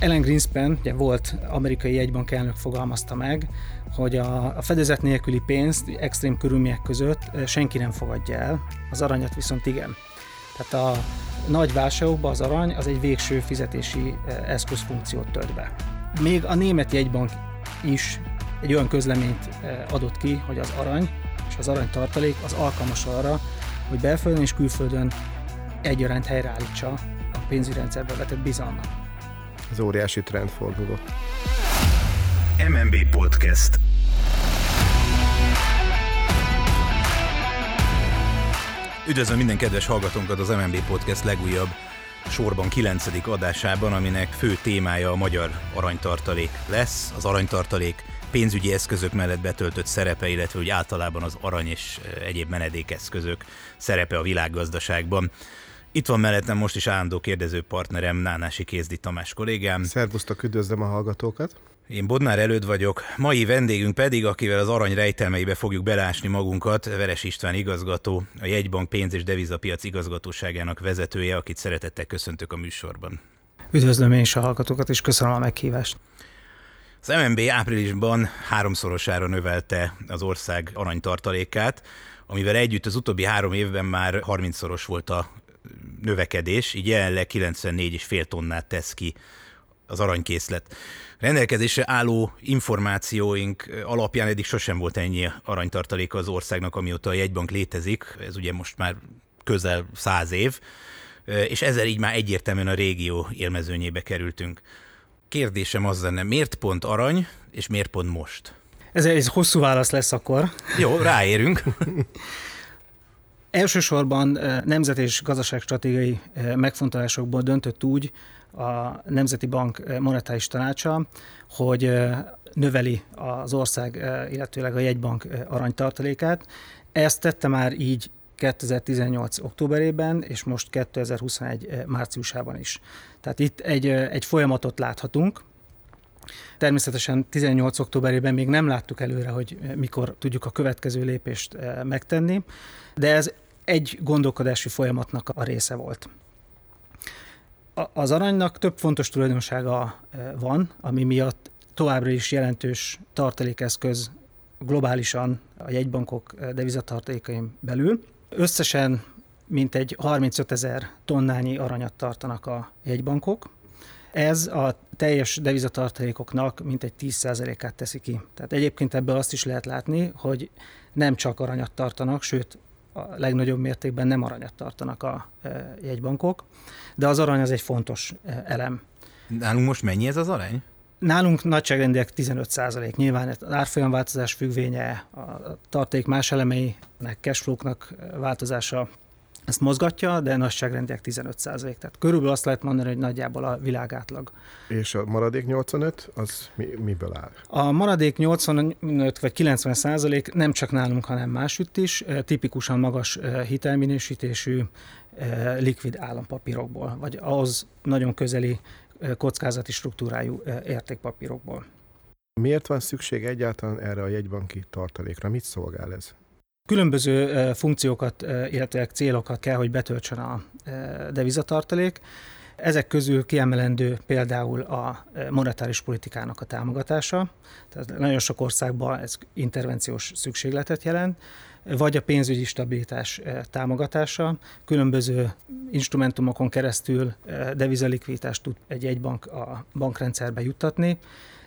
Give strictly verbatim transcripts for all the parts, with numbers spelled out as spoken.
Alan Greenspan, ugye volt amerikai jegybank elnök, fogalmazta meg, hogy a, a fedezet nélküli pénzt extrém körülmények között senki nem fogadja el, az aranyat viszont igen. Tehát a nagy válságokban az arany az egy végső fizetési eszközfunkciót tölt be. Még a német jegybank is egy olyan közleményt adott ki, hogy az arany és az aranytartalék az alkalmas arra, hogy belföldön és külföldön egyaránt helyreállítsa a pénzügyi rendszerbe vetett bizalmat. Ez óriási trendforduló. em en bé Podcast. Üdvözlöm minden kedves hallgatónkat az em en bé Podcast legújabb sorban kilencedik adásában, aminek fő témája a magyar aranytartalék lesz. Az aranytartalék pénzügyi eszközök mellett betöltött szerepe, illetve úgy általában az arany és egyéb menedékeszközök szerepe a világgazdaságban. Itt van mellettem most is állandó kérdező partnerem, Nánási Kézdi Tamás kollégám. Szervusztok, üdvözlöm a hallgatókat. Én Bodnár Előd vagyok, mai vendégünk pedig, akivel az arany rejtelmeibe fogjuk belásni magunkat, Veres István igazgató, a Jegybank pénz- és devizapiac igazgatóságának vezetője, akit szeretettel köszöntök a műsorban. Üdvözlöm én is a hallgatókat, és köszönöm a meghívást. Az em en bé áprilisban háromszorosára növelte az ország aranytartalékát, amivel együtt az utóbbi három évben már harmincszoros volt a növekedés, így jelenleg kilencvennégy egész öt tonnát tesz ki az aranykészlet. Rendelkezésre álló információink alapján eddig sosem volt ennyi aranytartaléka az országnak, amióta a jegybank létezik, ez ugye most már közel száz év, és ezzel így már egyértelműen a régió élmezőnyébe kerültünk. Kérdésem az lenne, miért pont arany, és miért pont most? Ez egy hosszú válasz lesz akkor. Jó, ráérünk. Elsősorban nemzet- és gazdaságstratégiai megfontolásokból döntött úgy a Nemzeti Bank monetáris tanácsa, hogy növeli az ország, illetőleg a jegybank aranytartalékát. Ezt tette már így kétezer-tizennyolc októberében, és most kétezer-huszonegy márciusában is. Tehát itt egy, egy folyamatot láthatunk. Természetesen tizennyolc októberében még nem láttuk előre, hogy mikor tudjuk a következő lépést megtenni, de ez egy gondolkodási folyamatnak a része volt. Az aranynak több fontos tulajdonsága van, ami miatt továbbra is jelentős tartalékeszköz globálisan a jegybankok devizatartalékain belül. Összesen mintegy harmincötezer tonnányi aranyat tartanak a jegybankok. Ez a teljes devizatartalékoknak mintegy tíz százalékát teszi ki. Tehát egyébként ebből azt is lehet látni, hogy nem csak aranyat tartanak, sőt a legnagyobb mértékben nem aranyat tartanak a jegybankok, de az arany az egy fontos elem. Nálunk most mennyi ez az arany? Nálunk nagyságrendileg tizenöt százalék. Nyilván az árfolyamváltozás függvénye, a tartalék más elemeinek, cashflow-knak változása ezt mozgatja, de nagyságrendileg tizenöt százalék. Tehát körülbelül azt lehet mondani, hogy nagyjából a világátlag. És a maradék nyolcvanöt, az mi, miből áll? A maradék nyolcvanöt vagy kilencven százalék nem csak nálunk, hanem másütt is, tipikusan magas hitelminősítésű likvid állampapírokból, vagy ahhoz nagyon közeli kockázati struktúrájú értékpapírokból. Miért van szükség egyáltalán erre a jegybanki tartalékra? Mit szolgál ez? Különböző funkciókat, illetve célokat kell, hogy betöltsön a devizatartalék. Ezek közül kiemelendő például a monetáris politikának a támogatása. Tehát nagyon sok országban ez intervenciós szükségletet jelent, vagy a pénzügyi stabilitás támogatása. Különböző instrumentumokon keresztül devizalikviditást tud egy jegybank a bankrendszerbe juttatni,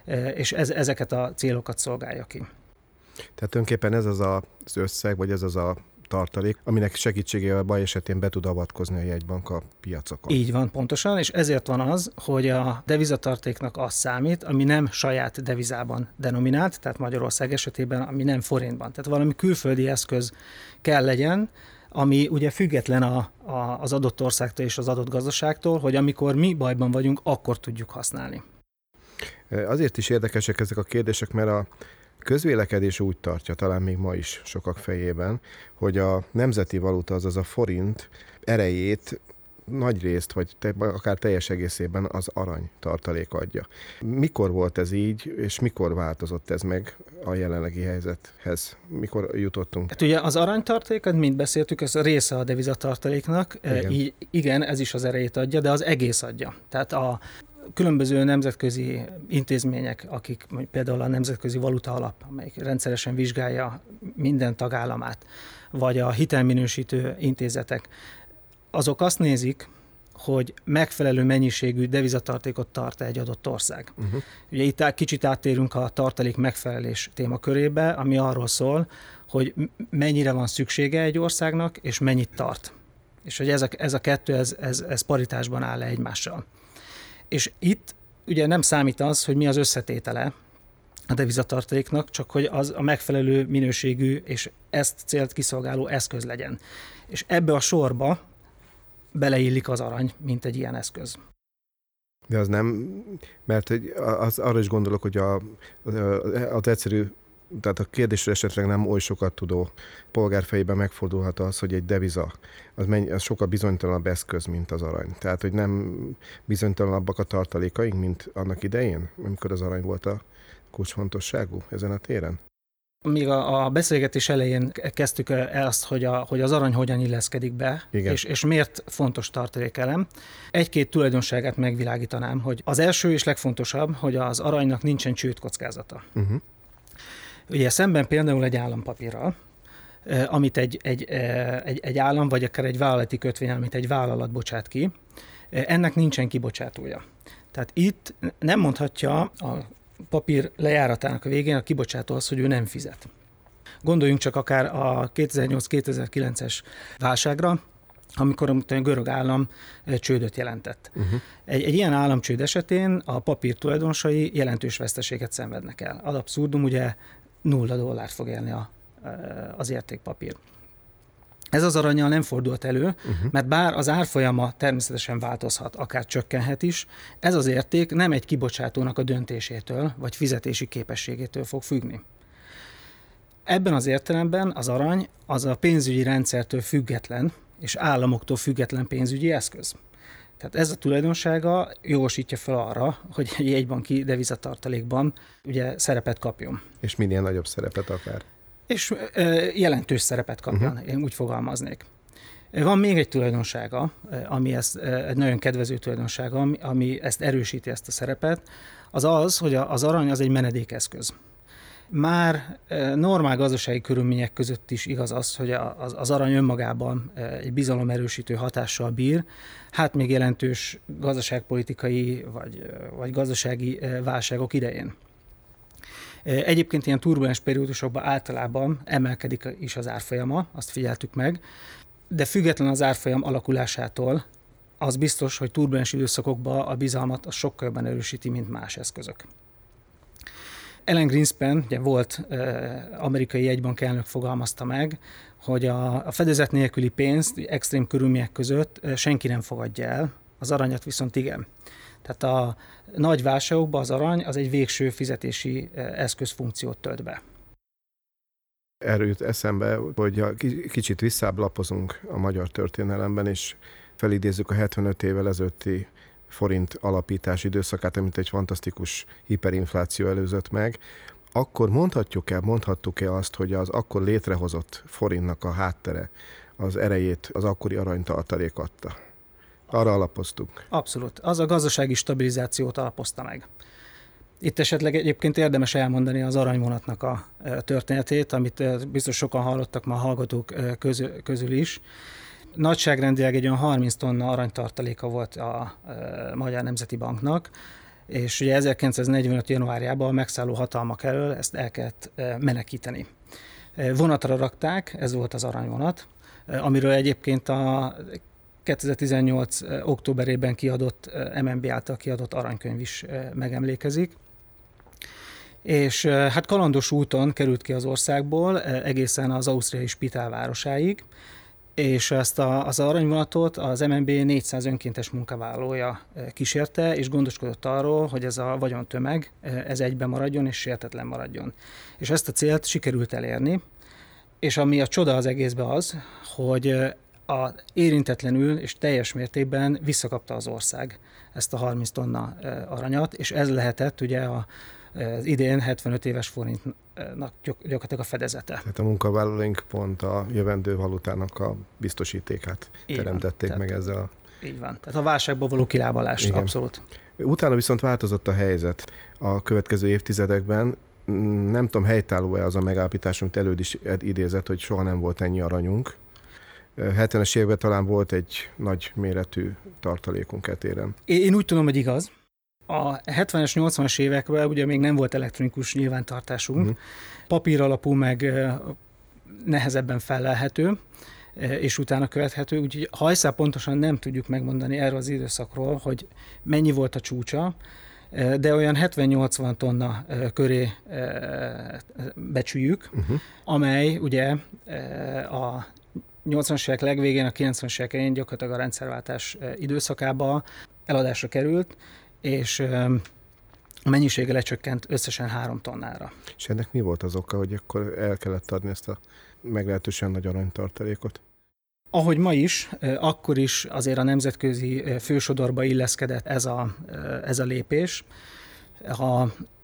és ez, ezeket a célokat szolgálja ki. Tehát tulajdonképpen ez az a, az összeg, vagy ez az a tartalék, aminek segítségével baj esetén be tud avatkozni a jegybank a piacokon. Így van, pontosan, és ezért van az, hogy a devizatartaléknak az számít, ami nem saját devizában denominált, tehát Magyarország esetében, ami nem forintban. Tehát valami külföldi eszköz kell legyen, ami ugye független a, a, az adott országtól és az adott gazdaságtól, hogy amikor mi bajban vagyunk, akkor tudjuk használni. Azért is érdekesek ezek a kérdések, mert a közvélekedés úgy tartja, talán még ma is sokak fejében, hogy a nemzeti valuta, azaz a forint erejét nagy részt, vagy te, akár teljes egészében az arany tartalék adja. Mikor volt ez így, és mikor változott ez meg a jelenlegi helyzethez? Mikor jutottunk? Hát ugye az aranytartalék, mint beszéltük, ez a része a devizatartaléknak. Igen. Így, igen, ez is az erejét adja, de az egész adja. Tehát a különböző nemzetközi intézmények, akik például a Nemzetközi Valuta Alap, amelyik rendszeresen vizsgálja minden tagállamát, vagy a hitelminősítő intézetek, azok azt nézik, hogy megfelelő mennyiségű devizatartékot tart egy adott ország. Uh-huh. Ugye itt kicsit áttérünk a tartalék megfelelés témakörébe, ami arról szól, hogy mennyire van szüksége egy országnak, és mennyit tart. És hogy ez a, ez a kettő, ez, ez, ez paritásban áll le egymással. És itt ugye nem számít az, hogy mi az összetétele a devizatartaléknak, csak hogy az a megfelelő minőségű és ezt célt kiszolgáló eszköz legyen. És ebbe a sorba beleillik az arany, mint egy ilyen eszköz. De az nem, mert az, arra is gondolok, hogy a, az egyszerű, tehát a kérdésre esetleg nem oly sokat tudó polgár fejében megfordulhat az, hogy egy deviza, az, mennyi, az sokkal bizonytalanabb eszköz, mint az arany. Tehát, hogy nem bizonytalanabbak a tartalékaink, mint annak idején, amikor az arany volt a kulcsfontosságú ezen a téren? Még a, a beszélgetés elején kezdtük el azt, hogy, a, hogy az arany hogyan illeszkedik be, és, és miért fontos tartalékelem. Egy-két tulajdonságát megvilágítanám, hogy az első és legfontosabb, hogy az aranynak nincsen csődkockázata. Uh-huh. Ugye szemben például egy állampapírral, amit egy, egy, egy, egy állam, vagy akár egy vállalati kötvény, amit egy vállalat bocsát ki, ennek nincsen kibocsátója. Tehát itt nem mondhatja a papír lejáratának a végén a kibocsátó az, hogy ő nem fizet. Gondoljunk csak akár a kétezer-nyolc-kétezer-kilences válságra, amikor a görög állam csődöt jelentett. Uh-huh. Egy, egy ilyen államcsőd esetén a papír tulajdonosai jelentős veszteséget szenvednek el. Ad abszurdum, ugye nulla dollárt fog élni a, az értékpapír. Ez az arannyal nem fordult elő, uh-huh. mert bár az árfolyama természetesen változhat, akár csökkenhet is, ez az érték nem egy kibocsátónak a döntésétől, vagy fizetési képességétől fog függni. Ebben az értelemben az arany az a pénzügyi rendszertől független, és államoktól független pénzügyi eszköz. Tehát ez a tulajdonsága jogosítja fel arra, hogy egy jegybanki devizatartalékban ugye szerepet kapjon. És minél nagyobb szerepet akár. És jelentős szerepet kapjon, uh-huh. én úgy fogalmaznék. Van még egy tulajdonsága, ami ezt, egy nagyon kedvező tulajdonsága, ami, ami ezt erősíti, ezt a szerepet, az az, hogy az arany az egy menedékeszköz. Már normál gazdasági körülmények között is igaz az, hogy az arany önmagában egy bizalomerősítő hatással bír, hát még jelentős gazdaságpolitikai vagy, vagy gazdasági válságok idején. Egyébként ilyen turbulens periódusokban általában emelkedik is az árfolyama, azt figyeltük meg, de független az árfolyam alakulásától, az biztos, hogy turbulens időszakokban a bizalmat az sokkal jobban erősíti, mint más eszközök. Alan Greenspan, ugye volt eh, amerikai jegybank elnök fogalmazta meg, hogy a, a fedezet nélküli pénzt extrém körülmények között eh, senki nem fogadja el, az aranyat viszont igen. Tehát a nagy válságokban az arany az egy végső fizetési eszközfunkciót tölt be. Erről jut eszembe, hogy kicsit visszább lapozunk a magyar történelemben, és felidézzük a hetvenöt évvel ezelőtti forint alapítás időszakát, amit egy fantasztikus hiperinfláció előzött meg. Akkor mondhatjuk-e, mondhattuk-e azt, hogy az akkor létrehozott forintnak a háttere, az erejét az akkori aranytartalék adta? Arra alapoztuk. Abszolút. Az a gazdasági stabilizációt alapozta meg. Itt esetleg egyébként érdemes elmondani az aranyvonatnak a történetét, amit biztos sokan hallottak ma a hallgatók közül, közül is. Nagyságrendileg egy olyan harminc tonna aranytartaléka volt a Magyar Nemzeti Banknak, és ugye ezerkilencszáznegyvenöt januárjában a megszálló hatalmak elől ezt el kellett menekíteni. Vonatra rakták, ez volt az aranyvonat, amiről egyébként a kétezer-tizennyolc októberében kiadott, em en bé által kiadott aranykönyv is megemlékezik. És hát kalandos úton került ki az országból egészen az ausztriai Spitál városáig, és ezt a, az aranyvonatot az em en bé négyszáz önkéntes munkavállalója kísérte, és gondoskodott arról, hogy ez a vagyontömeg ez egyben maradjon és sértetlen maradjon. És ezt a célt sikerült elérni, és ami a csoda az egészben az, hogy a érintetlenül és teljes mértékben visszakapta az ország ezt a harminc tonna aranyat, és ez lehetett ugye a, az idén hetvenöt éves forintnak gyakorlatilag a fedezete. Tehát a munkavállalóink pont a jövendő valutának a biztosítékát Igen, teremtették meg ezzel a Így van. Tehát a válságból való kilábalás, igen. Abszolút. Utána viszont változott a helyzet a következő évtizedekben. Nem tudom, helytálló-e az a megállapítás, amit előd is idézett, hogy soha nem volt ennyi aranyunk. hetvenes években talán volt egy nagy méretű tartalékunk etéren. Én úgy tudom, hogy igaz. A hetvenes, nyolcvanas években ugye még nem volt elektronikus nyilvántartásunk, uh-huh. papír alapú, meg nehezebben fellelhető, és utána követhető, úgyhogy hajszál pontosan nem tudjuk megmondani erről az időszakról, hogy mennyi volt a csúcsa, de olyan hetven-nyolcvan tonna köré becsüljük, uh-huh. amely ugye a nyolcvanas évek legvégén, a kilencvenes évek elején gyakorlatilag a rendszerváltás időszakában eladásra került, és a mennyisége lecsökkent összesen három tonnára. És ennek mi volt az oka, hogy akkor el kellett adni ezt a meglehetősen nagy aranytartalékot? Ahogy ma is, akkor is azért a nemzetközi fősodorba illeszkedett ez a, ez a lépés. A,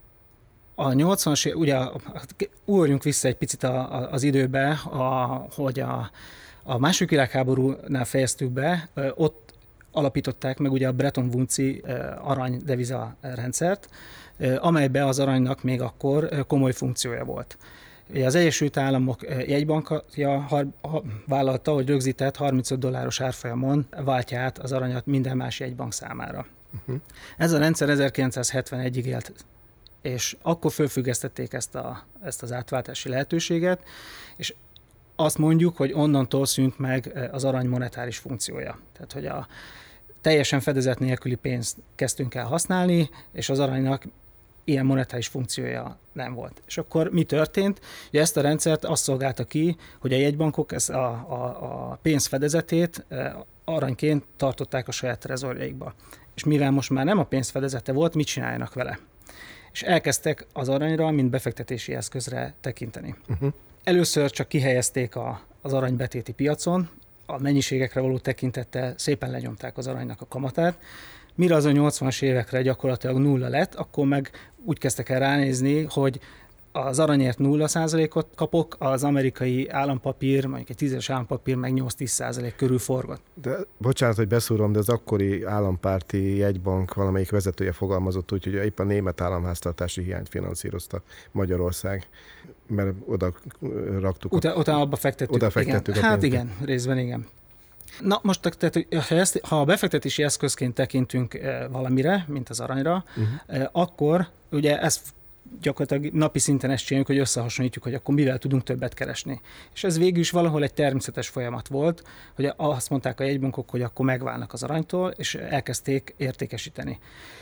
a nyolcvanas, ugye ugorjunk vissza egy picit a, a, az időbe, a, hogy a, a második világháborúnál fejeztük be, ott alapították meg ugye a Bretton Woods-i aranydeviza rendszert, amelyben az aranynak még akkor komoly funkciója volt. Az Egyesült Államok jegybankja vállalta, hogy rögzített harmincöt dolláros árfolyamon váltja át az aranyat minden más jegybank számára. Uh-huh. Ez a rendszer ezerkilencszázhetvenegyig élt, és akkor fölfüggesztették ezt, a, ezt az átváltási lehetőséget, és azt mondjuk, hogy onnantól szűnt meg az arany monetáris funkciója. Tehát, hogy a teljesen fedezet nélküli pénzt kezdtünk el használni, és az aranynak ilyen monetáris funkciója nem volt. És akkor mi történt? Ugye ezt a rendszert azt szolgálta ki, hogy a jegybankok ezt a, a, a pénz fedezetét aranyként tartották a saját trezorjaikba. És mivel most már nem a pénz fedezete volt, mit csináljanak vele? És elkezdtek az aranyra, mint befektetési eszközre tekinteni. Uh-huh. Először csak kihelyezték a, az aranybetéti piacon, a mennyiségekre való tekintettel szépen lenyomták az aranynak a kamatát. Mire az a nyolcvanas évekre gyakorlatilag nulla lett, akkor meg úgy kezdtek el ránézni, hogy az aranyért nulla százalékot kapok, az amerikai állampapír, mondjuk egy tízes állampapír meg nyolc-tíz százalék körül forgott. De bocsánat, hogy beszúrom, de az akkori állampárti jegybank valamelyik vezetője fogalmazott úgy, hogy épp a német államháztartási hiányt finanszírozta Magyarország, mert oda raktuk. Utána Utána abba fektettük. Oda fektettük. Igen. Hát igen, részben igen. Na most, tehát, ha, ezt, ha a befektetési eszközként tekintünk valamire, mint az aranyra, uh-huh. akkor ugye ezt gyakorlatilag napi szinten ezt csináljuk, hogy összehasonlítjuk, hogy akkor mivel tudunk többet keresni. És ez végül is valahol egy természetes folyamat volt, hogy azt mondták a jegybankok, hogy akkor megválnak az aranytól, és elkezdték értékesíteni.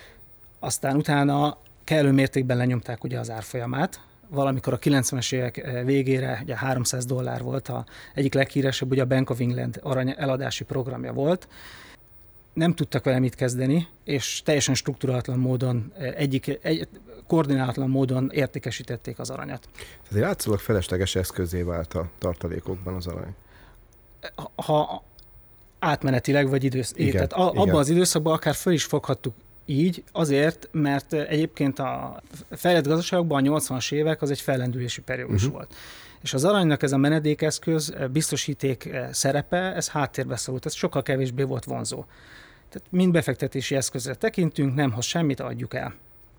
Aztán utána kellő mértékben lenyomták ugye az árfolyamát. Valamikor a kilencvenes évek végére ugye háromszáz dollár volt, a egyik leghíresebb, ugye a Bank of England arany eladási programja volt. Nem tudtak vele mit kezdeni, és teljesen strukturálatlan módon, egyik, egy, koordinálatlan módon értékesítették az aranyat. Tehát látszólag felesleges eszközé vált a tartalékokban az arany. Ha átmenetileg vagy idősz... Igen, tehát a, abban az időszakban akár föl is foghattuk így, azért, mert egyébként a fejlett gazdaságokban a nyolcvanas évek az egy fellendülési periódus uh-huh. volt. És az aranynak ez a menedékeszköz, biztosíték szerepe, ez háttérbe szorult, ez sokkal kevésbé volt vonzó. Tehát mind befektetési eszközre tekintünk, nem hoz semmit, adjuk el.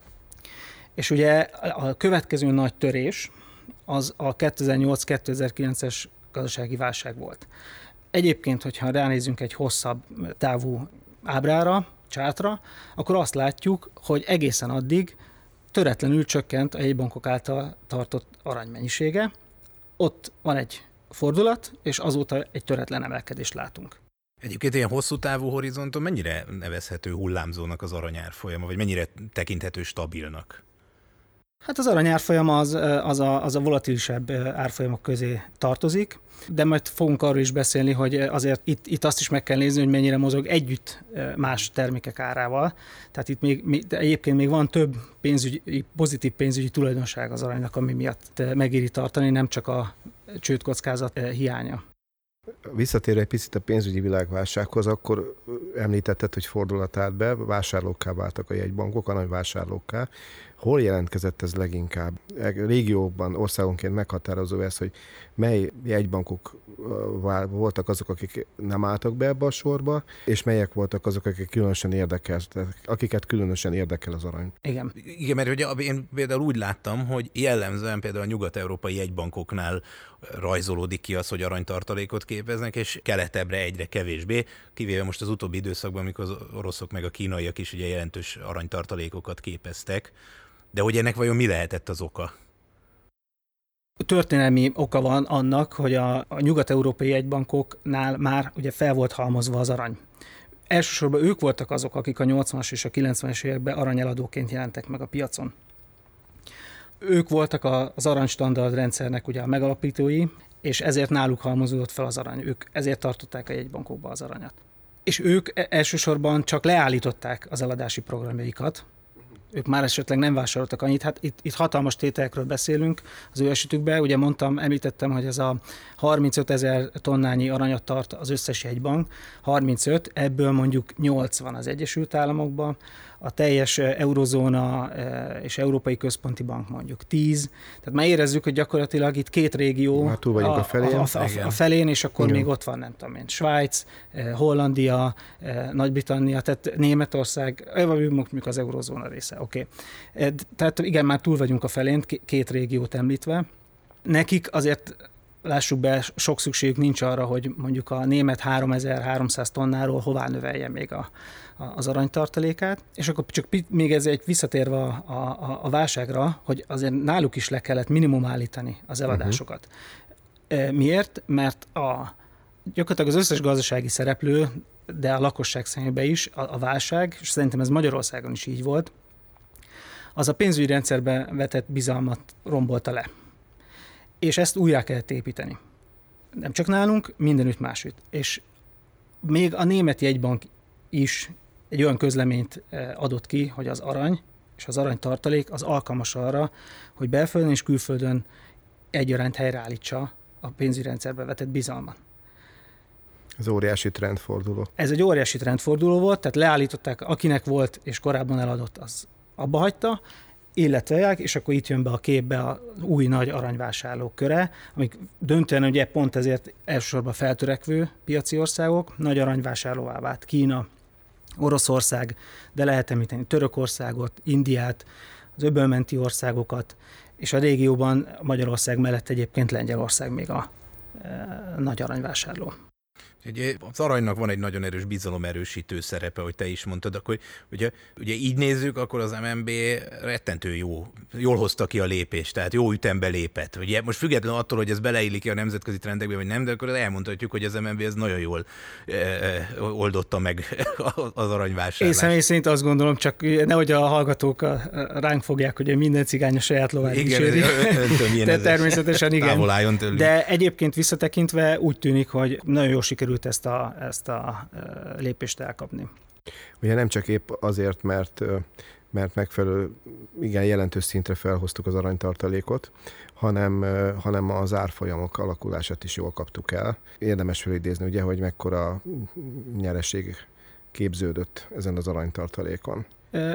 És ugye a következő nagy törés az a kétezer-nyolc-kétezer-kilences gazdasági válság volt. Egyébként, hogyha ránézzünk egy hosszabb távú ábrára, csártra, akkor azt látjuk, hogy egészen addig töretlenül csökkent a jegybankok által tartott aranymennyisége. Ott van egy fordulat, és azóta egy töretlen emelkedést látunk. Egyébként ilyen hosszú távú horizonton mennyire nevezhető hullámzónak az aranyárfolyama, vagy mennyire tekinthető stabilnak? Hát az aranyárfolyama az, az, a, az a volatilisebb árfolyamok közé tartozik, de majd fogunk arról is beszélni, hogy azért itt, itt azt is meg kell nézni, hogy mennyire mozog együtt más termékek árával. Tehát itt még, még egyébként még van több pénzügyi, pozitív pénzügyi tulajdonság az aranynak, ami miatt megéri tartani, nem csak a csődkockázat hiánya. Visszatérve egy picit a pénzügyi világválsághoz, akkor említetted, hogy fordulat állt be, vásárlókká váltak a jegybankok, aranyvásárlókká. Hol jelentkezett ez leginkább? A régiókban, országonként meghatározó ez, hogy mely jegybankok voltak azok, akik nem álltak be ebbe a sorba, és melyek voltak azok, akik különösen érdekeltek, akiket különösen érdekel az arany. Igen. Igen, mert ugye én például úgy láttam, hogy jellemzően például a nyugat-európai jegybankoknál rajzolódik ki az, hogy aranytartalékot képeznek, és keletebbre egyre kevésbé, kivéve most az utóbbi időszakban, amikor az oroszok meg a kínaiak is ugye jelentős aranytartalékokat képeztek. De hogy ennek vajon mi lehetett az oka? Történelmi oka van annak, hogy a, a nyugat-európai jegybankoknál már ugye fel volt halmozva az arany. Elsősorban ők voltak azok, akik a nyolcvanas és a kilencvenes években aranyeladóként jelentek meg a piacon. Ők voltak az aranystandard rendszernek ugye a megalapítói, és ezért náluk halmozódott fel az arany. Ők ezért tartották a jegybankokba az aranyat. És ők elsősorban csak leállították az eladási programjaikat, ők már esetleg nem vásároltak annyit. Hát itt, itt hatalmas tételekről beszélünk az ő esetükben. Ugye mondtam, említettem, hogy ez a harmincöt ezer tonnányi aranyat tart az összes jegybank. harmincöt, ebből mondjuk nyolcvan az Egyesült Államokban, a teljes eurozóna és Európai Központi Bank mondjuk tíz. Tehát már érezzük, hogy gyakorlatilag itt két régió már túl vagyunk a, a felén. A, a, a, a felén, és akkor igen. Még ott van, nem tudom én, Svájc, Hollandia, Nagy-Britannia, tehát Németország, mondjuk az eurozóna része. Oké. Okay. Tehát igen, már túl vagyunk a felén, két régiót említve. Nekik azért, lássuk be, sok szükségük nincs arra, hogy mondjuk a német háromezer-háromszáz tonnáról hová növelje még a, a, az aranytartalékát. És akkor csak még ez egy visszatérve a, a, a válságra, hogy azért náluk is le kellett minimum állítani az eladásokat. Uh-huh. Miért? Mert a, gyakorlatilag az összes gazdasági szereplő, de a lakosság szemében is a, a válság, és szerintem ez Magyarországon is így volt, az a pénzügyi rendszerbe vetett bizalmat rombolta le. És ezt újra kellett építeni. Nem csak nálunk, mindenütt másütt. És még a német jegybank is egy olyan közleményt adott ki, hogy az arany és az aranytartalék az alkalmas arra, hogy belföldön és külföldön egyaránt helyreállítsa a pénzügyi rendszerbe vetett bizalmat. Ez óriási trendforduló. Ez egy óriási trendforduló volt, tehát leállították, akinek volt és korábban eladott, az abba hagyta, illetve, és akkor itt jön be a képbe az új nagy aranyvásárlók köre, amik döntően ugye pont ezért elsősorban feltörekvő piaci országok, nagy aranyvásárlóvá vált Kína, Oroszország, de lehet említeni Törökországot, Indiát, az öbölmenti országokat, és a régióban Magyarország mellett egyébként Lengyelország még a e, nagy aranyvásárló. Ugye az aranynak van egy nagyon erős bizalomerősítő szerepe, hogy te is mondtad, akkor ugye, ugye így nézzük, akkor az em en bé rettentő jó, jól hozta ki a lépést, tehát jó ütembe lépett. Ugye most függetlenül attól, hogy ez beleillik a nemzetközi trendekbe, vagy nem, de akkor elmondhatjuk, hogy az em en bé ez nagyon jól e, e, oldotta meg az aranyvásárlást. Én személy szerint azt gondolom, csak nehogy a hallgatók ránk fogják, hogy minden cigány a saját lovát kíséri. De természetesen igen. De egyébként visszatekintve úgy tűnik, hogy nagyon jól sikerült ezt a, ezt a lépést elkapni. Ugye nem csak épp azért, mert, mert megfelelő, igen, jelentős szintre felhoztuk az aranytartalékot, hanem, hanem az árfolyamok alakulását is jól kaptuk el. Érdemes felidézni, ugye, hogy mekkora nyereség képződött ezen az aranytartalékon.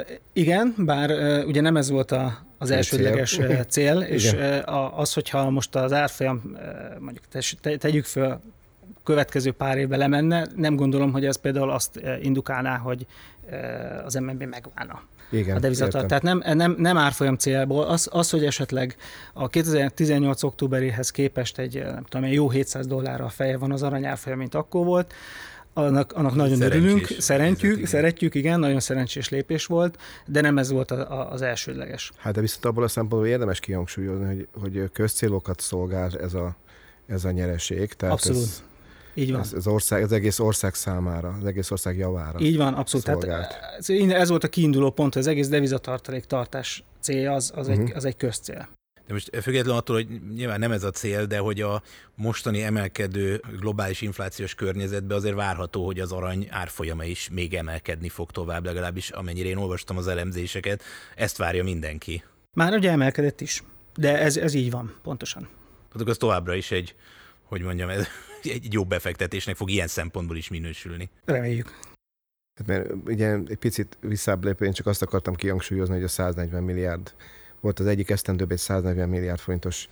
Igen, bár ugye nem ez volt a, az elsődleges cél, cél és az, hogyha most az árfolyam, mondjuk tegyük föl, következő pár évben lemenne, nem gondolom, hogy ez például azt indukálná, hogy az em en bé megválna. Igen, a devizatar. Tehát nem, nem, nem árfolyam célból, az, az, hogy esetleg a kétezer-tizennyolc októberéhez képest egy nem tudom, egy jó hétszáz dollárra a feje van az arany árfolyam, mint akkor volt, annak, annak nagyon örülünk, szeretjük, igen. szeretjük, igen, nagyon szerencsés lépés volt, de nem ez volt a, a, az elsődleges. Hát de viszont abból a szempontból érdemes kihangsúlyozni, hogy, hogy közcélokat szolgál ez a, ez a nyereség. Tehát abszolút. Ez, Így van. Ez, ez ország, az egész ország számára, az egész ország javára. Így van, abszolút. Tehát ez, ez volt a kiinduló pont, az egész devizatartalék tartás célja, az, az, uh-huh. egy, az egy közcél. De most függetlenül attól, hogy nyilván nem ez a cél, de hogy a mostani emelkedő globális inflációs környezetben azért várható, hogy az arany árfolyama is még emelkedni fog tovább, legalábbis amennyire én olvastam az elemzéseket, ezt várja mindenki. Már ugye emelkedett is, de ez, ez így van, pontosan. Tehát az továbbra is egy, hogy mondjam, ez egy jó befektetésnek fog ilyen szempontból is minősülni. Reméljük. Mert ugye egy picit visszább lépve, én csak azt akartam kihangsúlyozni, hogy a száznegyven milliárd volt az egyik esztendőben egy száznegyven milliárd forintos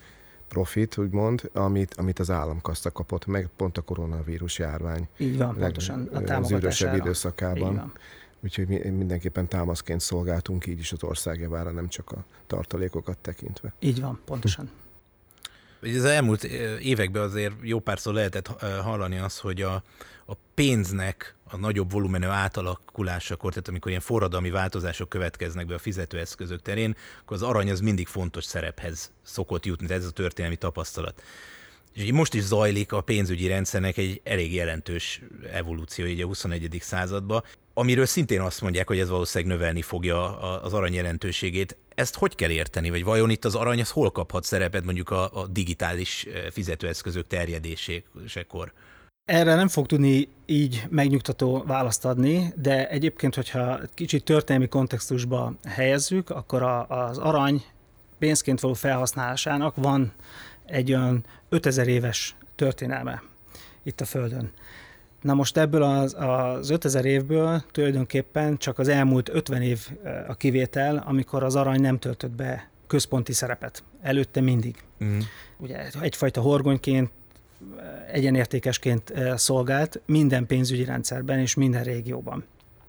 profit, úgymond, amit, amit az államkassa kapott meg pont a koronavírus járvány. Így van, pontosan a támogatására. Időszakában. Úgyhogy mi mindenképpen támaszként szolgáltunk így is az ország javára, nem csak a tartalékokat tekintve. Így van, pontosan. Az elmúlt években azért jó párszor lehetett hallani azt, hogy a, a pénznek a nagyobb volumenű átalakulásakor, tehát amikor ilyen forradalmi változások következnek be a fizetőeszközök terén, akkor az arany az mindig fontos szerephez szokott jutni, ez a történelmi tapasztalat. És most is zajlik a pénzügyi rendszernek egy elég jelentős evolúció így a huszonegyedik században, amiről szintén azt mondják, hogy ez valószínűleg növelni fogja az arany jelentőségét. Ezt hogy kell érteni? Vagy vajon itt az arany az hol kaphat szerepet mondjuk a, a digitális fizetőeszközök terjedésekor? Erre nem fog tudni így megnyugtató választ adni, de egyébként, hogyha kicsit történelmi kontextusba helyezzük, akkor a, az arany pénzként való felhasználásának van egy olyan ötezer éves történelme itt a Földön. Na most ebből az, az ötezer évből tulajdonképpen csak az elmúlt ötven év a kivétel, amikor az arany nem töltött be központi szerepet. Előtte mindig. Mm. Ugye egyfajta horgonyként, egyenértékesként szolgált minden pénzügyi rendszerben és minden régióban.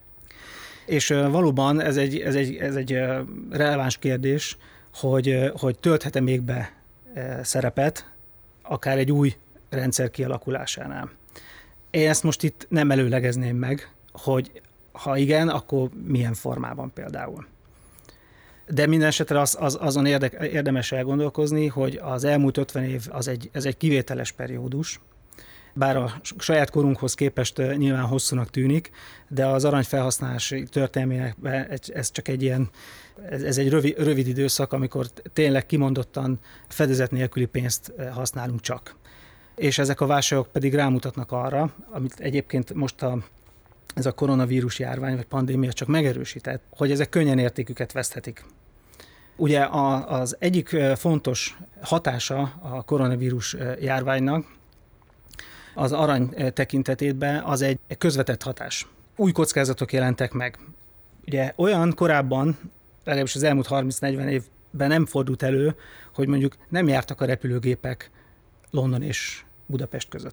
És valóban ez egy, ez egy, ez egy releváns kérdés, hogy, hogy tölthet-e még be szerepet, akár egy új rendszer kialakulásánál. Én ezt most itt nem előlegezném meg, hogy ha igen, akkor milyen formában például. De minden esetre az, az, azon érdek, érdemes elgondolkozni, hogy az elmúlt ötven év az egy, ez egy kivételes periódus, bár a saját korunkhoz képest nyilván hosszúnak tűnik, de az arany felhasználási történelmének ez csak egy ilyen, ez egy rövid, rövid időszak, amikor tényleg kimondottan fedezet nélküli pénzt használunk csak. És ezek a válságok pedig rámutatnak arra, amit egyébként most a, ez a koronavírus járvány vagy pandémia csak megerősített, hogy ezek könnyen értéküket veszthetik. Ugye a, az egyik fontos hatása a koronavírus járványnak az arany tekintetében az egy közvetett hatás. Új kockázatok jelentek meg. Ugye olyan korábban, legalábbis az elmúlt harminc-negyven évben nem fordult elő, hogy mondjuk nem jártak a repülőgépek London és Budapest között.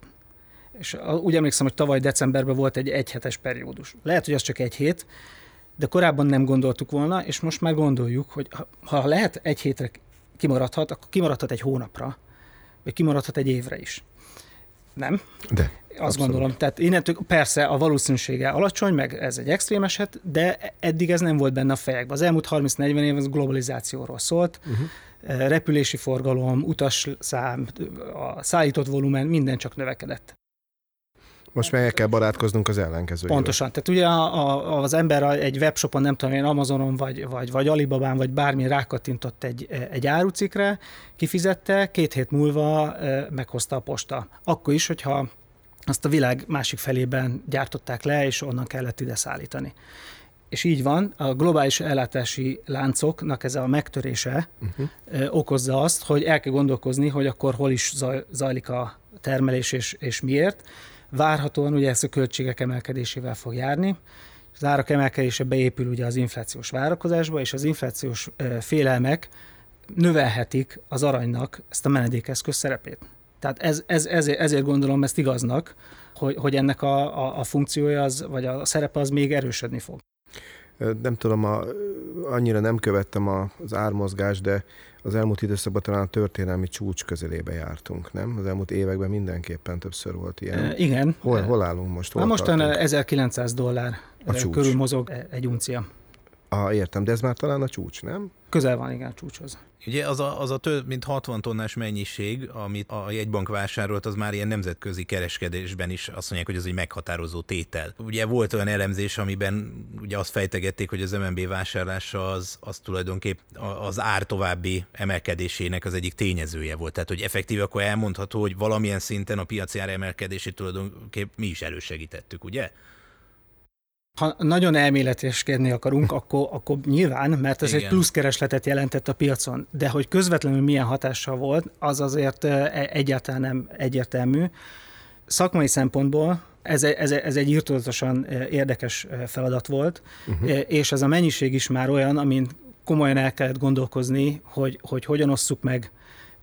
És úgy emlékszem, hogy tavaly decemberben volt egy egyhetes periódus. Lehet, hogy az csak egy hét, de korábban nem gondoltuk volna, és most már gondoljuk, hogy ha lehet egy hétre kimaradhat, akkor kimaradhat egy hónapra, vagy kimaradhat egy évre is. Nem? De. Azt abszolút. Gondolom. Tehát innentől persze a valószínűsége alacsony, meg ez egy extrém eset, de eddig ez nem volt benne a fejekben. Az elmúlt harminc-negyven év az globalizációról szólt, uh-huh. repülési forgalom, utasszám, a szállított volumen, minden csak növekedett. Most meg el kell barátkoznunk az ellenkezőjével. Pontosan. Tehát ugye a, a, az ember egy webshopon, nem tudom én, Amazonon, vagy, vagy, vagy Alibabán, vagy bármi rákattintott egy, egy árucikkre, kifizette, két hét múlva e, meghozta a posta. Akkor is, hogyha azt a világ másik felében gyártották le, és onnan kellett ide szállítani. És így van, a globális ellátási láncoknak ez a megtörése uh-huh. e, okozza azt, hogy el kell gondolkozni, hogy akkor hol is zaj, zajlik a termelés, és, és miért. Várhatóan ugye ezt a költségek emelkedésével fog járni. Az árak emelkedése beépül ugye az inflációs várakozásba, és az inflációs félelmek növelhetik az aranynak ezt a menedékeszköz szerepét. Tehát ez, ez, ezért, ezért gondolom ezt igaznak, hogy, hogy ennek a, a, a funkciója az, vagy a szerepe az még erősödni fog. Nem tudom, a, annyira nem követtem a, az ármozgást, de az elmúlt időszakban talán a történelmi csúcs közelébe jártunk, nem? Az elmúlt években mindenképpen többször volt ilyen. E, igen. Hol, hol állunk most? Hol most ezerkilencszáz dollár körül mozog egy uncia. Ah, értem, de ez már talán a csúcs, nem? Közel van, igen, a csúcshoz. Ugye az a, az a több mint hatvan tonnás mennyiség, amit a jegybank vásárolt, az már ilyen nemzetközi kereskedésben is azt mondják, hogy ez egy meghatározó tétel. Ugye volt olyan elemzés, amiben ugye azt fejtegették, hogy az em en bé vásárlása az, az tulajdonképp az ár további emelkedésének az egyik tényezője volt. Tehát, hogy effektíve akkor elmondható, hogy valamilyen szinten a piaci ár emelkedését tulajdonképp mi is elősegítettük, ugye? Ha nagyon elméleteskedni akarunk, akkor, akkor nyilván, mert ez Igen. egy pluszkeresletet jelentett a piacon, de hogy közvetlenül milyen hatással volt, az azért egyáltalán nem egyértelmű. Szakmai szempontból ez, ez, ez egy irtózatosan érdekes feladat volt, uh-huh. és ez a mennyiség is már olyan, amin komolyan el kellett gondolkozni, hogy, hogy hogyan osszuk meg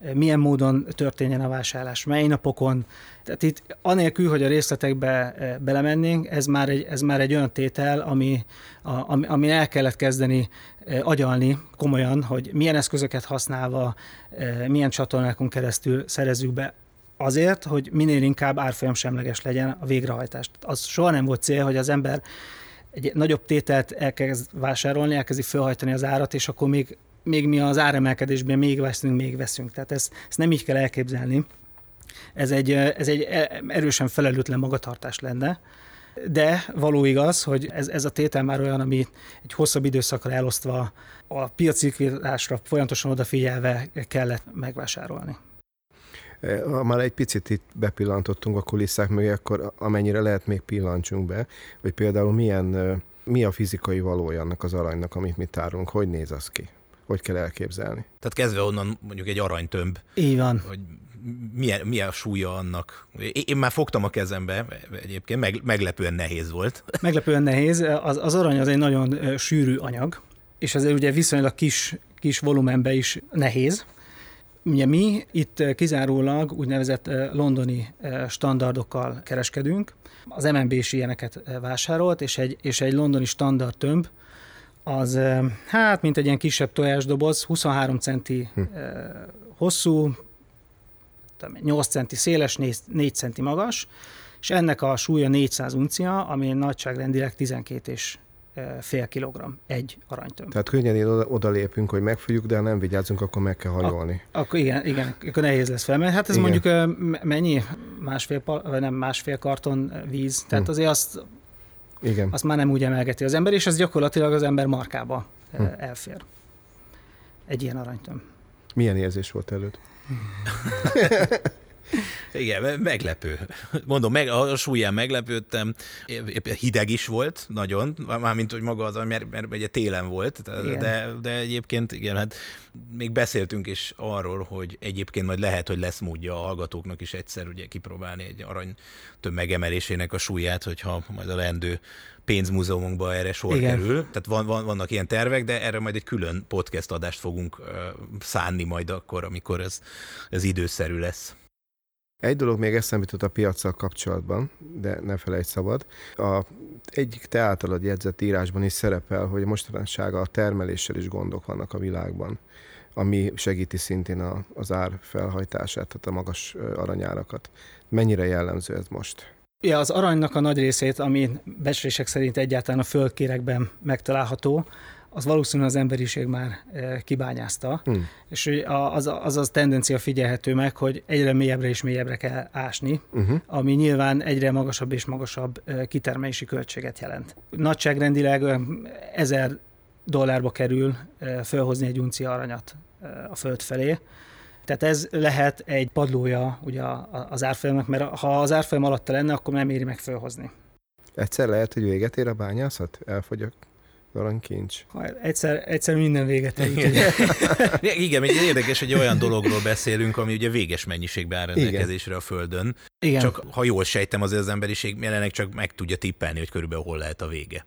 milyen módon történjen a vásárlás, mely napokon. Tehát itt anélkül, hogy a részletekbe belemennénk, ez már egy, ez már egy olyan tétel, ami, ami, ami el kellett kezdeni agyalni komolyan, hogy milyen eszközöket használva, milyen csatornákon keresztül szerezzük be azért, hogy minél inkább árfolyamsemleges legyen a végrehajtás. Az soha nem volt cél, hogy az ember egy nagyobb tételt elkezd vásárolni, elkezdi felhajtani az árat, és akkor még, még mi az áremelkedésben még veszünk, még veszünk. Tehát ezt, ezt nem így kell elképzelni. Ez egy, ez egy erősen felelőtlen magatartás lenne, de való igaz, hogy ez, ez a tétel már olyan, ami egy hosszabb időszakra elosztva, a piacikvitásra folyamatosan odafigyelve kellett megvásárolni. Ha már egy picit itt bepillantottunk a kulisszák mögé, akkor amennyire lehet még pillantsunk be, hogy például milyen, mi a fizikai valója annak az aranynak, amit mi tárolunk, hogy néz az ki? Hogy kell elképzelni? Tehát kezdve onnan mondjuk egy aranytömb. Így van. Hogy milyen, milyen a súlya annak? Én már fogtam a kezembe, egyébként meg, meglepően nehéz volt. Meglepően nehéz. Az, az arany az egy nagyon sűrű anyag, és azért ugye viszonylag kis, kis volumenben is nehéz. Ugye mi itt kizárólag úgynevezett londoni standardokkal kereskedünk. Az em en bé is ilyeneket vásárolt, és egy, és egy londoni standard tömb az hát mint egy ilyen kisebb tojásdoboz, huszonhárom centi hm. hosszú, nyolc centi széles, négy centi magas, és ennek a súlya négyszáz uncia, ami nagyságrendileg tizenkét és fél kilogramm egy aranytömb. Tehát könnyen oda, oda lépünk, hogy megfogjuk, de ha nem vigyázzunk, akkor meg kell hajolni. Ak- akkor igen, igen, akkor nehéz lesz felmenni. Hát ez igen. Mondjuk mennyi? Másfél, vagy nem másfél karton víz. Tehát hm. azért azt, igen. azt már nem úgy emelgeti az ember, és ez gyakorlatilag az ember markába hm. elfér. Egy ilyen aranytömb. Milyen érzés volt előtt? Igen, meglepő. Mondom, meg, a súlyán meglepődtem, hideg is volt nagyon, mármint, hogy maga az, mert, mert ugye télen volt, de, de egyébként igen, hát még beszéltünk is arról, hogy egyébként majd lehet, hogy lesz módja a hallgatóknak is egyszer ugye kipróbálni egy aranytömb megemelésének a súlyát, hogyha majd a leendő pénzmúzeumunkban erre sor igen. kerül. Tehát van, van, vannak ilyen tervek, de erre majd egy külön podcast adást fogunk uh, szánni majd akkor, amikor ez, ez időszerű lesz. Egy dolog még eszembe jutott a piaccal kapcsolatban, de ne felejtsd szabad. A egyik te általad jegyzett írásban is szerepel, hogy mostanság a termeléssel is gondok vannak a világban, ami segíti szintén a, az ár felhajtását, tehát a magas aranyárakat. Mennyire jellemző ez most? Ja, az aranynak a nagy részét, ami becslések szerint egyáltalán a földkérekben megtalálható, az valószínűleg az emberiség már kibányázta, hmm. és az, az az tendencia figyelhető meg, hogy egyre mélyebbre és mélyebbre kell ásni, uh-huh. ami nyilván egyre magasabb és magasabb kitermelési költséget jelent. Nagyságrendileg ezer dollárba kerül felhozni egy uncia aranyat a föld felé. Tehát ez lehet egy padlója ugye az árfolyamnak, mert ha az árfolyam alatta lenne, akkor nem éri meg felhozni. Egyszer lehet, hogy véget ér a bányászat? Elfogy a aranykincs. Egyszer, egyszer minden véget ér. Igen, egy érdekes, hogy olyan dologról beszélünk, ami ugye véges mennyiségben áll rendelkezésre a Földön. Igen. Csak ha jól sejtem, azért az emberiség jelenleg csak meg tudja tippelni, hogy körülbelül hol lehet a vége.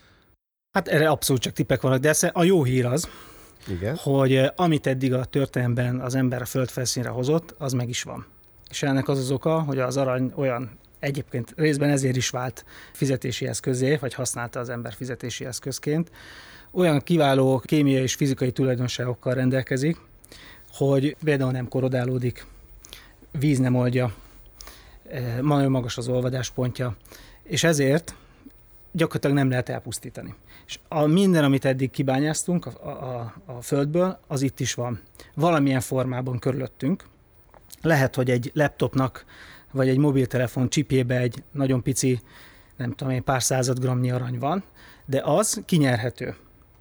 Hát erre abszolút csak tippek vannak, de a jó hír az, igen. hogy amit eddig a történelemben az ember a földfelszínre hozott, az meg is van. És ennek az az oka, hogy az arany olyan, egyébként részben ezért is vált fizetési eszközé, vagy használta az ember fizetési eszközként, olyan kiváló kémiai és fizikai tulajdonságokkal rendelkezik, hogy például nem korodálódik, víz nem oldja, nagyon magas az olvadáspontja, és ezért gyakorlatilag nem lehet elpusztítani. És a minden, amit eddig kibányáztunk a, a, a földből, az itt is van. Valamilyen formában körülöttünk. Lehet, hogy egy laptopnak, vagy egy mobiltelefon csipjébe egy nagyon pici, nem tudom én, pár század grammnyi arany van, de az kinyerhető,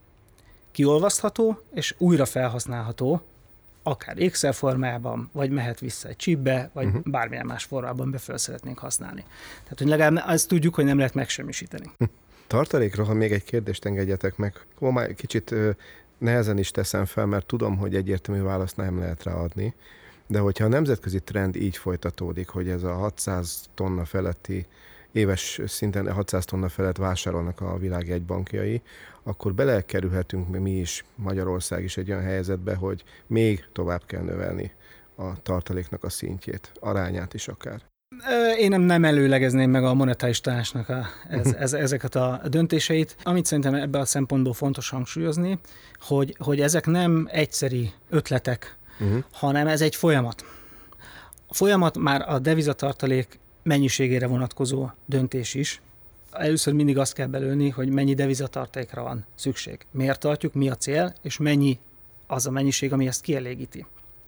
kiolvasztható, és újra felhasználható, akár ékszerformában, vagy mehet vissza egy chipbe, vagy uh-huh. bármilyen más formában be föl szeretnénk használni. Tehát, hogy legalább azt tudjuk, hogy nem lehet megsemmisíteni. Tartalékra, ha még egy kérdést engedjetek meg, akkor már kicsit nehezen is teszem fel, mert tudom, hogy egyértelmű választ nem lehet ráadni, de hogyha a nemzetközi trend így folytatódik, hogy ez a hatszáz tonna feletti, éves szinten hatszáz tonna felett vásárolnak a világ jegybankjai, akkor belekerülhetünk mi is, Magyarország is egy olyan helyzetbe, hogy még tovább kell növelni a tartaléknak a szintjét, arányát is akár? Én nem, nem előlegezném meg a monetáris tanácsnak a, ez, ez, ezeket a döntéseit. Amit szerintem ebben a szempontból fontos hangsúlyozni, hogy, hogy ezek nem egyszeri ötletek, uh-huh. hanem ez egy folyamat. A folyamat már a devizatartalék mennyiségére vonatkozó döntés is. Először mindig azt kell belőni, hogy mennyi devizatartalékra van szükség. Miért tartjuk, mi a cél, és mennyi az a mennyiség, ami ezt kielégíti.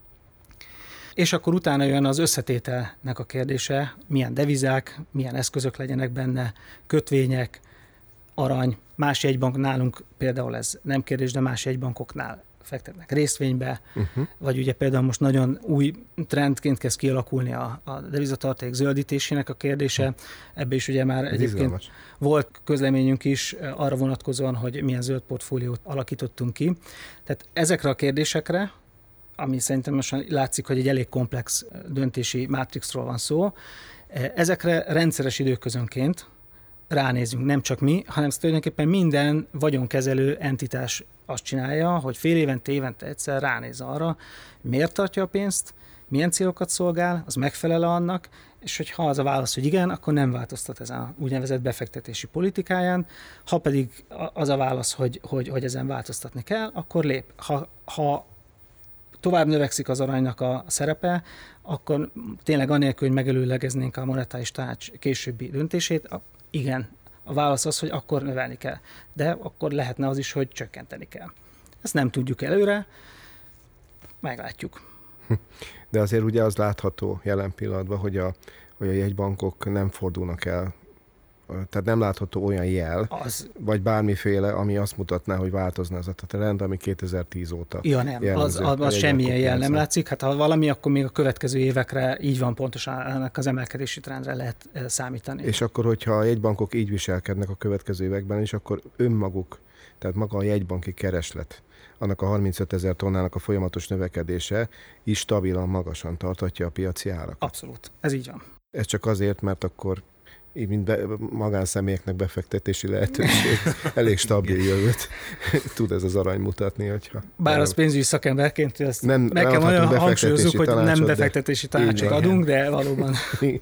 És akkor utána jön az összetételnek a kérdése, milyen devizák, milyen eszközök legyenek benne, kötvények, arany. Más jegybank nálunk például ez nem kérdés, de más jegybankoknál fektetnek részvénybe, uh-huh. vagy ugye például most nagyon új trendként kezd kialakulni a, a devizatartalék zöldítésének a kérdése. Uh-huh. Ebbe is ugye már ez egyébként izgalmas. Volt közleményünk is arra vonatkozóan, hogy milyen zöld portfóliót alakítottunk ki. Tehát ezekre a kérdésekre, ami szerintem most látszik, hogy egy elég komplex döntési mátrixról van szó, ezekre rendszeres időközönként ránézünk, nem csak mi, hanem tulajdonképpen minden vagyonkezelő entitás azt csinálja, hogy fél évente, évente egyszer ránéz arra, miért tartja a pénzt, milyen célokat szolgál, az megfelel annak, és hogyha az a válasz, hogy igen, akkor nem változtat ezen a úgynevezett befektetési politikáján, ha pedig az a válasz, hogy, hogy, hogy ezen változtatni kell, akkor lép. Ha, ha tovább növekszik az aranynak a szerepe, akkor tényleg anélkül, hogy megelőlegeznénk a monetáris tanács későbbi döntését, a, igen, a válasz az, hogy akkor növelni kell. De akkor lehetne az is, hogy csökkenteni kell. Ezt nem tudjuk előre, meglátjuk. De azért ugye az látható jelen pillanatban, hogy a, hogy a jegybankok nem fordulnak el, tehát nem látható olyan jel, az, vagy bármiféle, ami azt mutatná, hogy változna ez a trend, ami kétezer-tíz óta ja, nem, jellemző, az, az, az semmilyen jel nem látszik. Hát ha valami, akkor még a következő évekre így van pontosan, ennek az emelkedési trendre lehet számítani. És akkor, hogyha a jegybankok így viselkednek a következő években is, akkor önmaguk, tehát maga a jegybanki kereslet, annak a harmincöt ezer tonnának a folyamatos növekedése is stabilan, magasan tartatja a piaci árakat. Abszolút, ez így van. Ez csak azért, mert akkor így mint be, magánszemélyeknek befektetési lehetőség, elég stabil jövőt tud ez az arany mutatni. Hogyha Bár az pénzügyi szakemberként ezt nem, nekem olyan hangsúlyozunk, hogy nem befektetési tanácsot adunk, de valóban.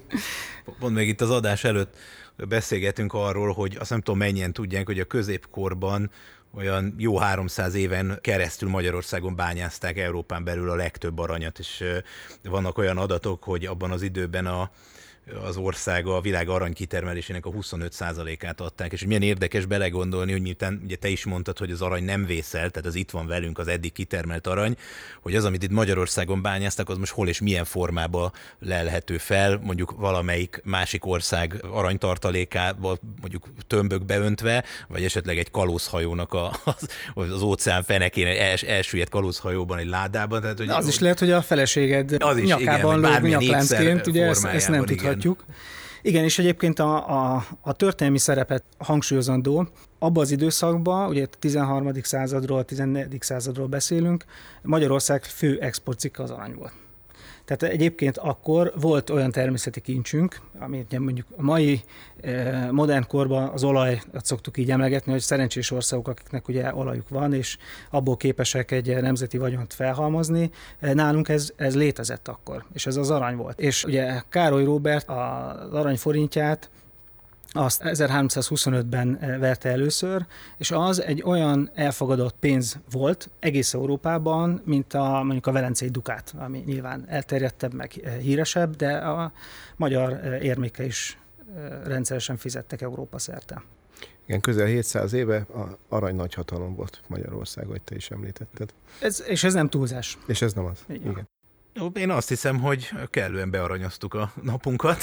Pont meg itt az adás előtt beszélgetünk arról, hogy azt nem tudom mennyien tudják, hogy a középkorban olyan jó háromszáz éven keresztül Magyarországon bányázták Európán belül a legtöbb aranyat, és vannak olyan adatok, hogy abban az időben a az ország a világ aranykitermelésének a huszonöt százalékát adták, és hogy milyen érdekes belegondolni, hogy miután ugye te is mondtad, hogy az arany nem vészel, tehát az itt van velünk az eddig kitermelt arany, hogy az, amit itt Magyarországon bányáztak, az most hol és milyen formába lelhető fel, mondjuk valamelyik másik ország aranytartalékába, mondjuk tömbökbe öntve, vagy esetleg egy kalózhajónak a, az, az óceán fenekén els, elsüllyedt kalózhajóban, egy ládában. Tehát, hogy az is lehet, hogy a feleséged az is, nyakában lóg nyakláncként, ugye ezt, ezt nem tudhatjuk. Igen, és egyébként a, a, a történelmi szerepet hangsúlyozandó. Abban az időszakban, ugye a tizenharmadik századról, tizennegyedik századról beszélünk, Magyarország fő exportcikke az arany volt. Tehát egyébként akkor volt olyan természeti kincsünk, amit mondjuk a mai modern korban az olajat szoktuk így emlegetni, hogy szerencsés országok, akiknek ugye olajuk van, és abból képesek egy nemzeti vagyont felhalmozni. Nálunk ez, ez létezett akkor, és ez az arany volt. És ugye Károly Róbert az arany forintját azt ezerháromszázhuszonötben verte először, és az egy olyan elfogadott pénz volt egész Európában, mint a, mondjuk a velencei dukát, ami nyilván elterjedtebb, meg híresebb, de a magyar érmékkel is rendszeresen fizettek Európa szerte. Igen, közel hétszáz éve a arany nagyhatalom volt Magyarország, hogy te is említetted. Ez, és ez nem túlzás. És ez nem az. Igen. Én azt hiszem, hogy kellően bearanyoztuk a napunkat.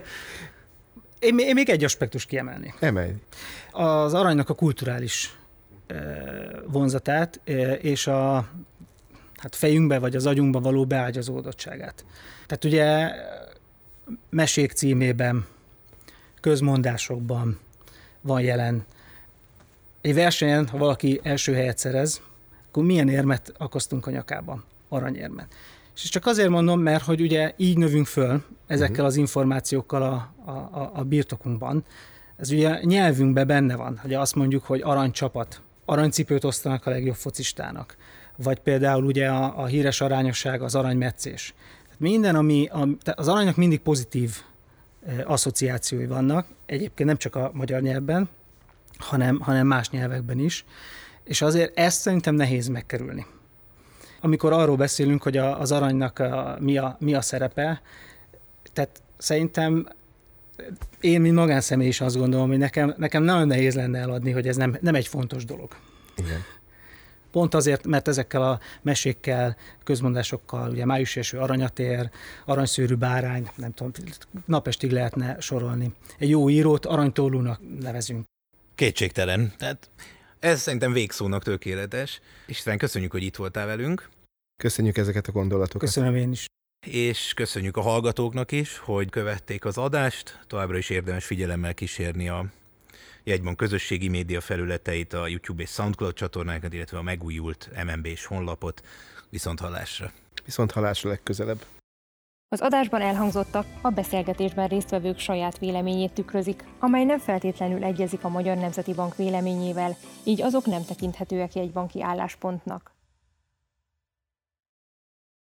Én, én még egy aspektus kiemelnék. Emelj. Az aranynak a kulturális vonzatát és a hát fejünkbe vagy az agyunkba való beágyazódottságát. Tehát ugye mesék címében, közmondásokban van jelen. Egy versenyen, ha valaki első helyet szerez, akkor milyen érmet akasztunk a nyakában? Aranyérmet. És csak azért mondom, mert hogy ugye így növünk föl ezekkel uh-huh. az információkkal a, a, a birtokunkban. Ez ugye nyelvünkben benne van, hogy azt mondjuk, hogy aranycsapat, aranycipőt osztanak a legjobb focistának, vagy például ugye a, a híres arányosság, az aranymetszés. Minden, ami, a, az aranynak mindig pozitív asszociációi vannak, egyébként nem csak a magyar nyelvben, hanem, hanem más nyelvekben is, és azért ezt szerintem nehéz megkerülni. Amikor arról beszélünk, hogy a, az aranynak a, mi, a, mi a szerepe, tehát szerintem én, mint magánszemély is azt gondolom, hogy nekem, nekem nagyon nehéz lenne eladni, hogy ez nem, nem egy fontos dolog. Igen. Pont azért, mert ezekkel a mesékkel, közmondásokkal, ugye május eső, aranyatér, aranyszőrű bárány, nem tudom, napestig lehetne sorolni. Egy jó írót aranytollúnak nevezünk. Kétségtelen. Tehát ez szerintem végszónak tökéletes. István, köszönjük, hogy itt voltál velünk. Köszönjük ezeket a gondolatokat. Köszönöm én is. És köszönjük a hallgatóknak is, hogy követték az adást. Továbbra is érdemes figyelemmel kísérni a Jegybank közösségi média felületeit, a YouTube és SoundCloud csatornákat, illetve a megújult em en bé-s honlapot. Viszonthallásra. Viszonthallásra legközelebb. Az adásban elhangzottak a beszélgetésben résztvevők saját véleményét tükrözik, amely nem feltétlenül egyezik a Magyar Nemzeti Bank véleményével, így azok nem tekinthetőek jegybanki álláspontnak.